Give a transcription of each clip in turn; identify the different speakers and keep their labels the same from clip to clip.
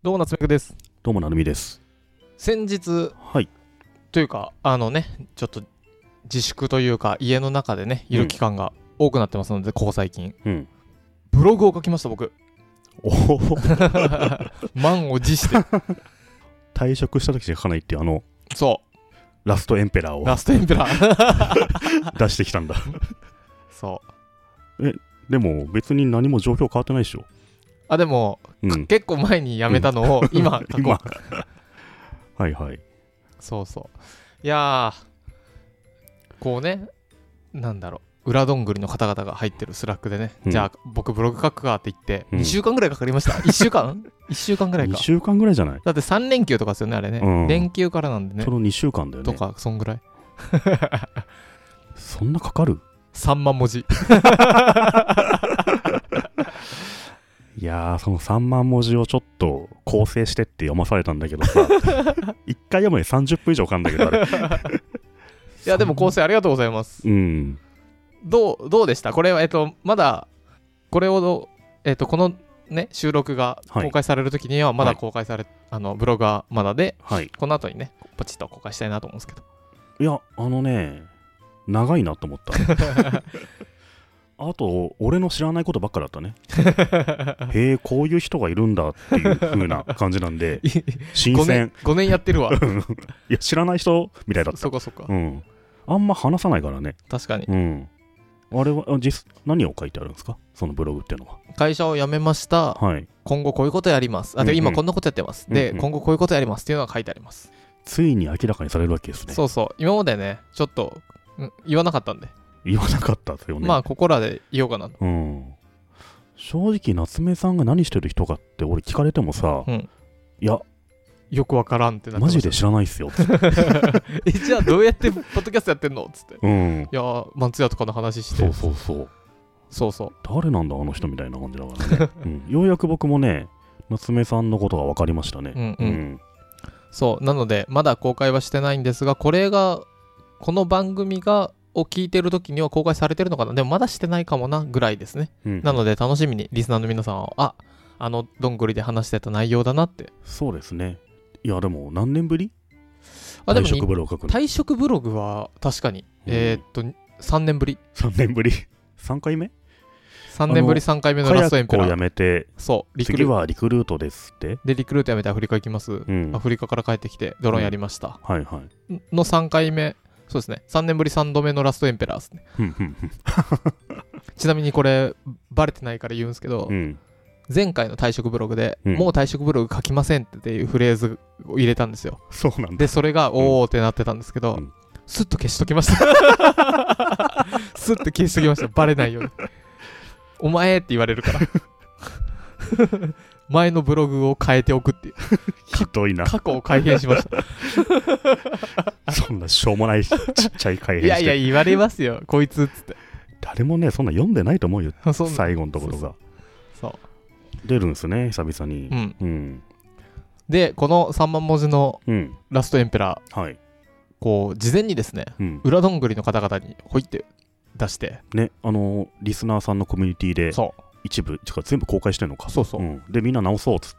Speaker 1: どうも夏目くです。
Speaker 2: どうもなるみです。
Speaker 1: 先日、
Speaker 2: はい。
Speaker 1: というかちょっと自粛というか家の中でねいる期間が多くなってますので、ここ最近、ブログを書きました僕。
Speaker 2: おお
Speaker 1: 満を持して
Speaker 2: 退職した時しか書かないっていう
Speaker 1: そう
Speaker 2: ラストエンペラーを
Speaker 1: ラストエンペラー
Speaker 2: 出してきたんだ。
Speaker 1: そう
Speaker 2: でも別に何も状況変わってないでしょ。
Speaker 1: でも、結構前に辞めたのを今書こう
Speaker 2: はいはい。
Speaker 1: そういやーこうね、なんだろう、裏どんぐりの方々が入ってるスラックでね、じゃあ僕ブログ書くかって言って、2週間ぐらいかかりました。1週間1週間ぐらいか。
Speaker 2: 2週間ぐらいじゃない？
Speaker 1: だって3連休とかですよねあれね、連休からなんでね。
Speaker 2: その2週間だよね。
Speaker 1: とかそんぐらい
Speaker 2: そんなかかる
Speaker 1: ？3万文字
Speaker 2: いやー、その3万文字をちょっと構成してって読まされたんだけどさ1回読むのに30分以上かかんだけどあれい
Speaker 1: やでも構成ありがとうございます。どうでしたこれは？まだこれをこのね収録が公開される時にはまだ公開され、ブログはまだで、この後にねポチッと公開したいなと思うんですけど、
Speaker 2: いや長いなと思ったあと俺の知らないことばっかだったねへえ、こういう人がいるんだっていう風な感じなんで新鮮。
Speaker 1: 5年やってるわい
Speaker 2: や知らない人みたいだった。
Speaker 1: そこ
Speaker 2: あんま話さないからね。
Speaker 1: 確かに。
Speaker 2: あれは何を書いてあるんですか、そのブログっていうのは？
Speaker 1: 会社を辞めました、今後こういうことやります。で今こんなことやってます、で今後こういうことやりますっていうのが書いてあります。
Speaker 2: ついに明らかにされるわけですね。
Speaker 1: 今までねちょっと言わなかったんで。
Speaker 2: 言わなかったですよね。
Speaker 1: まあここらで言おうかなと。
Speaker 2: 正直夏目さんが何してる人かって俺聞かれてもさ、いや
Speaker 1: よくわからんってなって
Speaker 2: マジで知らないっすよ
Speaker 1: じゃあどうやってポッドキャストやってんのっつって、いや松屋とかの話して、そう
Speaker 2: 誰なんだあの人みたいな感じだからね、ようやく僕もね夏目さんのことが分かりましたね。
Speaker 1: そうなのでまだ公開はしてないんですが、この番組を聞いてる時には公開されてるのかな。でもまだしてないかもなぐらいですね、なので楽しみにリスナーの皆さんはどんぐりで話してた内容だなって。
Speaker 2: そうですね。いやでも何年ぶり？
Speaker 1: 退職ブログ書くの。退職ブログは確かに、3年ぶり。
Speaker 2: 3年ぶり3回目
Speaker 1: 3年ぶり3回目のラストエンペラー。
Speaker 2: カヤックを辞めて、次はリクルートですって。
Speaker 1: でリクルート辞めてアフリカ行きます、アフリカから帰ってきてドローンやりました、の3回目。そうですね、3年ぶり3度目のラストエンペラーですねちなみにこれバレてないから言うんですけど、前回の退職ブログで、もう退職ブログ書きませんっていうフレーズを入れたんですよ。
Speaker 2: そうなんだ。
Speaker 1: でそれがおーってなってたんですけど、スッと消しときましたスッと消しときました、バレないように。お前って言われるから前のブログを変えておくっていう
Speaker 2: ひどいな。
Speaker 1: 過去を改変しました
Speaker 2: そんなしょうもないちっちゃい改変して。
Speaker 1: いや言われますよこいつっつって。
Speaker 2: 誰もねそんな読んでないと思うよ最後のところが。
Speaker 1: そう
Speaker 2: 出るんですね久々に。
Speaker 1: でこの3万文字のラストエンペラ
Speaker 2: ー、
Speaker 1: こう事前にですね、裏どんぐりの方々にほいって出して
Speaker 2: ね、リスナーさんのコミュニティで一部全部公開してるのか。でみんな直そうっつって、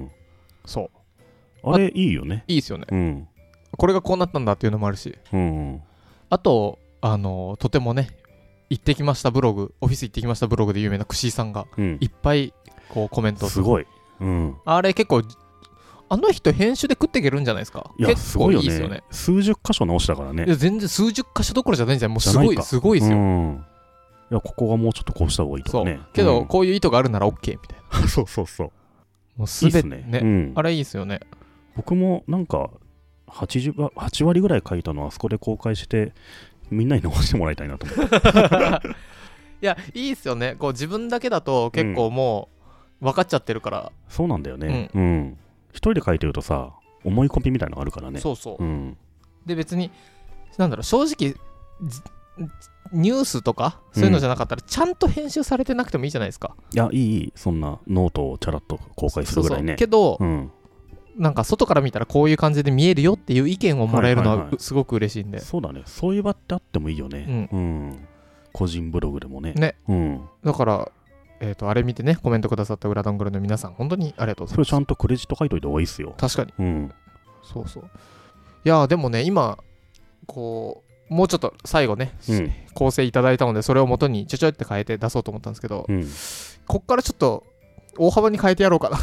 Speaker 2: あれいいよね。
Speaker 1: いいですよね、これがこうなったんだっていうのもあるし、あととてもね行ってきましたブログ、オフィス行ってきましたブログで有名な串井さんがいっぱいこうコメント
Speaker 2: すごい、
Speaker 1: あれ結構あの人編集で食っていけるんじゃないですか。結構いいですよね。
Speaker 2: 数十箇所直したからね。
Speaker 1: いや全然数十箇所どころじゃないんじゃない。もうすごいですよ。
Speaker 2: いやここはもうちょっとこうした方がいいとかね。
Speaker 1: けどこういう意図があるなら OK みたいな
Speaker 2: そう
Speaker 1: もうすべてね、あれいいですよね。
Speaker 2: 僕もなんか8割ぐらい書いたのはあそこで公開してみんなに直してもらいたいなと思って
Speaker 1: いやいいですよね。こう自分だけだと結構もう分かっちゃってるから。
Speaker 2: そうなんだよね。一人で書いてるとさ思い込みみたいなのがあるからね。で
Speaker 1: 別になんだろう、正直ニュースとかそういうのじゃなかったらちゃんと編集されてなくてもいいじゃないですか。
Speaker 2: いやいいそんなノートをチャラッと公開するぐらいね。
Speaker 1: けど、なんか外から見たらこういう感じで見えるよっていう意見をもらえるのはすごく嬉しいんで。
Speaker 2: そうだね、そういう場ってあってもいいよね。個人ブログでもね。
Speaker 1: だからあれ見てねコメントくださった裏ドングルの皆さん本当にありがとうございます。
Speaker 2: それちゃんとクレジット書いといた方がいいっすよ。
Speaker 1: 確かに、
Speaker 2: うん、
Speaker 1: そうそう。いやでもね今こうもうちょっと最後ね、構成いただいたのでそれを元にちょちょって変えて出そうと思ったんですけど、こっからちょっと大幅に変えてやろうかな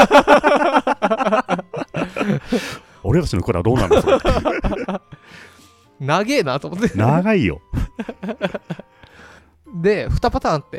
Speaker 2: 俺たちの頃はどうなんですか
Speaker 1: 長えなと思って
Speaker 2: 長いよ
Speaker 1: で2パターンあって、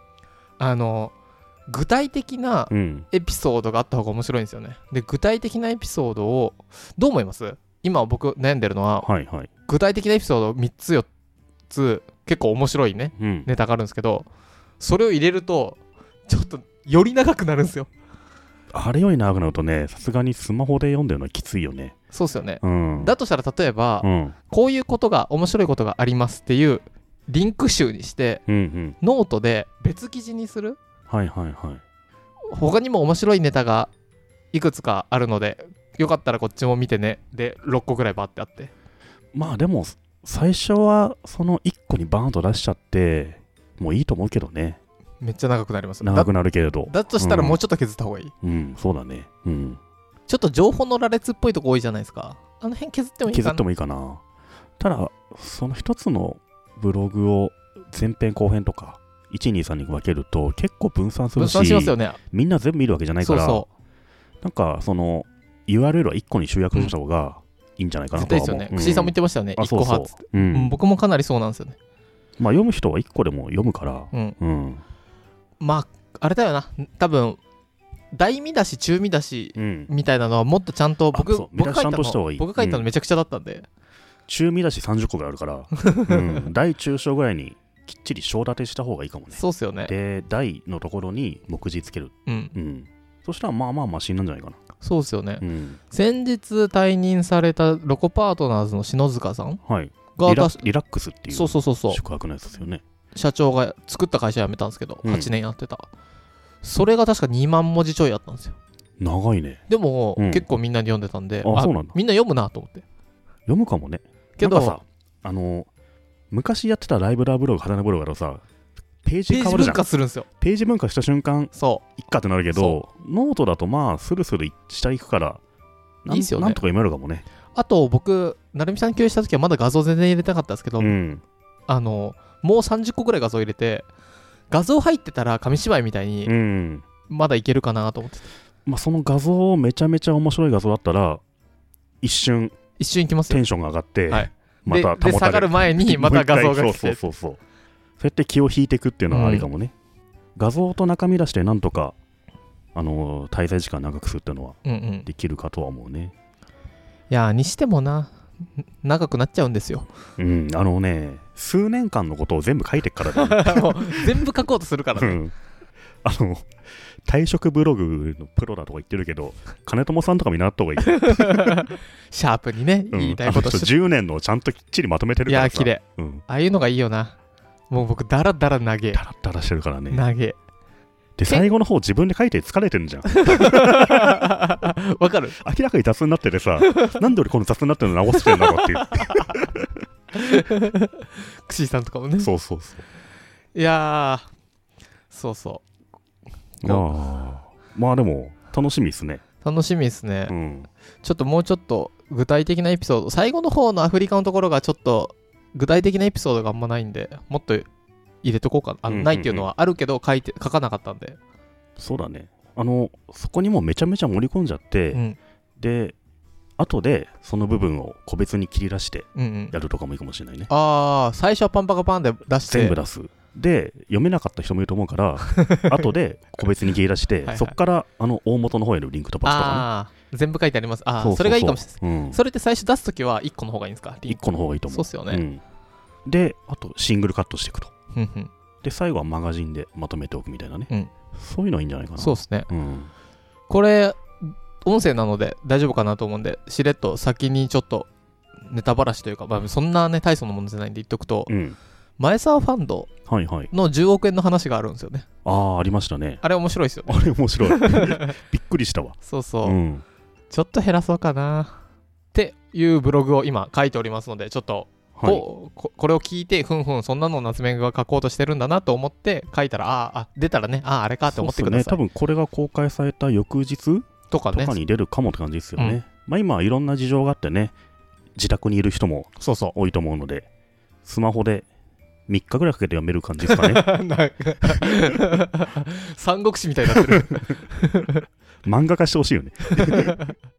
Speaker 1: 具体的なエピソードがあった方が面白いんですよね。で具体的なエピソードをどう思います？今僕悩んでるのは、具体的なエピソード3つ4つ結構面白いね、ネタがあるんですけど、それを入れるとちょっとより長くなるんですよ。
Speaker 2: あれより長くなるとね、さすがにスマホで読んでるのはきついよね。
Speaker 1: そうですよね、だとしたら例えば、こういうことが面白いことがありますっていうリンク集にして、ノートで別記事にする。他にも面白いネタがいくつかあるのでよかったらこっちも見てねで6個ぐらいバッてあって、
Speaker 2: まあでも最初はその1個にバーンと出しちゃってもういいと思うけどね。
Speaker 1: めっちゃ長くなります。
Speaker 2: 長くなるけれど、
Speaker 1: だとしたらもうちょっと削った方がいい。
Speaker 2: そうだね。
Speaker 1: ちょっと情報の羅列っぽいとこ多いじゃないですか。あの辺削ってもいいかな。
Speaker 2: 削ってもいいかな。ただその一つのブログを前編後編とか1、2、3に分けると結構分散するし、
Speaker 1: 分散しますよね。
Speaker 2: みんな全部見るわけじゃないから、なんかその URL は1個に集約した方がいいんじゃないかなとは思う。
Speaker 1: 絶対ですよね。串井さんも言ってましたよね。1個派っつって。僕もかなりそうなんですよね。
Speaker 2: まあ読む人は1個でも読むから、
Speaker 1: まああれだよな、多分大見出し中見出しみたいなのはもっとちゃんと僕書いたのめちゃくちゃだったんで、
Speaker 2: 中見出し30個があるから大中小ぐらいにきっちり章立てした方がいいかもね。
Speaker 1: そうっすよね。
Speaker 2: で大のところに目次つける、そしたらまあまあマシンなんじゃないかな。
Speaker 1: そうっすよね、先日退任されたロコパートナーズの篠塚さんがリ
Speaker 2: ラックスっていう宿泊のやつですよね。
Speaker 1: 社長が作った会社辞めたんですけど、8年やってた。それが確か2万文字ちょいあったんですよ。
Speaker 2: 長いね。
Speaker 1: でも、結構みんなに読んでたんで、
Speaker 2: そうなんだ。
Speaker 1: みんな読むなと思って。
Speaker 2: 読むかもね。けどさ、昔やってたライブラブログ、ハテナブログだとさ、ページ変わるじゃん。
Speaker 1: ページ分化するんですよ。
Speaker 2: ページ分化した瞬間、いっかってなるけど、ノートだとまあ、スルスル下行くから、いいですよね。なんとか読めるかもね。
Speaker 1: あと、僕、成美さん共有した時はまだ画像全然入れてなかったんですけど、もう30個ぐらい画像入れて、画像入ってたら紙芝居みたいにまだいけるかなと思ってて、
Speaker 2: その画像めちゃめちゃ面白い画像だったら一瞬
Speaker 1: いきますよ。
Speaker 2: テンションが上がって、
Speaker 1: また保たれる。で下がる前にまた画像が来て
Speaker 2: そうやって気を引いていくっていうのはありかもね、画像と中身出してなんとか滞在時間長くするっていうのはできるかとは思うね。
Speaker 1: いやにしてもな長くなっちゃうんですよ。
Speaker 2: 数年間のことを全部書いてっからね
Speaker 1: 全部書こうとするからね、
Speaker 2: 退職ブログのプロだとか言ってるけど、金友さんとか見習った方がいい
Speaker 1: シャープにね、言いたいことして
Speaker 2: 10年のちゃんときっちりまとめてるからさ。
Speaker 1: いや綺麗、ああいうのがいいよな。もう僕ダラダラ投げ
Speaker 2: ダラダラしてるからね。
Speaker 1: 投げ
Speaker 2: で最後の方自分で書いて疲れてるじゃん
Speaker 1: わかる。
Speaker 2: 明らかに雑になっててさなんで俺この雑になってるの直してるんだろうっていう
Speaker 1: クシーさんとかもね。
Speaker 2: そう
Speaker 1: いやそう
Speaker 2: まあでも楽しみですね。
Speaker 1: 楽しみですね、ちょっともうちょっと具体的なエピソード、最後の方のアフリカのところがちょっと具体的なエピソードがあんまないんで、もっと入れとこうかな。ないっていうのはあるけど書かなかったんで。そうだね。
Speaker 2: そこにもめちゃめちゃ盛り込んじゃって、で後でその部分を個別に切り出してやるとかもいいかもしれないね。
Speaker 1: 最初はパンパカパンで出して
Speaker 2: 全部出す。で読めなかった人もいると思うから後で個別に切り出してそこから大元の方へのリンク飛ばすとか
Speaker 1: ね。全部書いてあります。それがいいかもしれない。それって最初出すときは1個の方がいいんですか？1
Speaker 2: 個の方がいいと思う。
Speaker 1: そうっすよね。
Speaker 2: であとシングルカットしていくとで最後はマガジンでまとめておくみたいなね、そういうのいいんじゃないかな。
Speaker 1: そうですね、これ音声なので大丈夫かなと思うんで、しれっと先にちょっとネタばらしというか、そんなね大層なものじゃないんで言っとくと、前沢ファンドの10億円の話があるんですよね。
Speaker 2: ありましたね。
Speaker 1: あれ面白いですよね。
Speaker 2: あれ面白いびっくりしたわ。
Speaker 1: そう、ちょっと減らそうかなっていうブログを今書いておりますので、ちょっとこれを聞いてふんふんそんなの夏目が書こうとしてるんだなと思って書いたら出たらねあれかって思ってください。
Speaker 2: 多分これが公開された翌日とかに出るかもって感じですよね。今いろんな事情があってね自宅にいる人も多いと思うのでスマホで3日ぐらいかけて読める感じですかね。
Speaker 1: 三国志みたいになってる。
Speaker 2: 漫画化してほしいよね。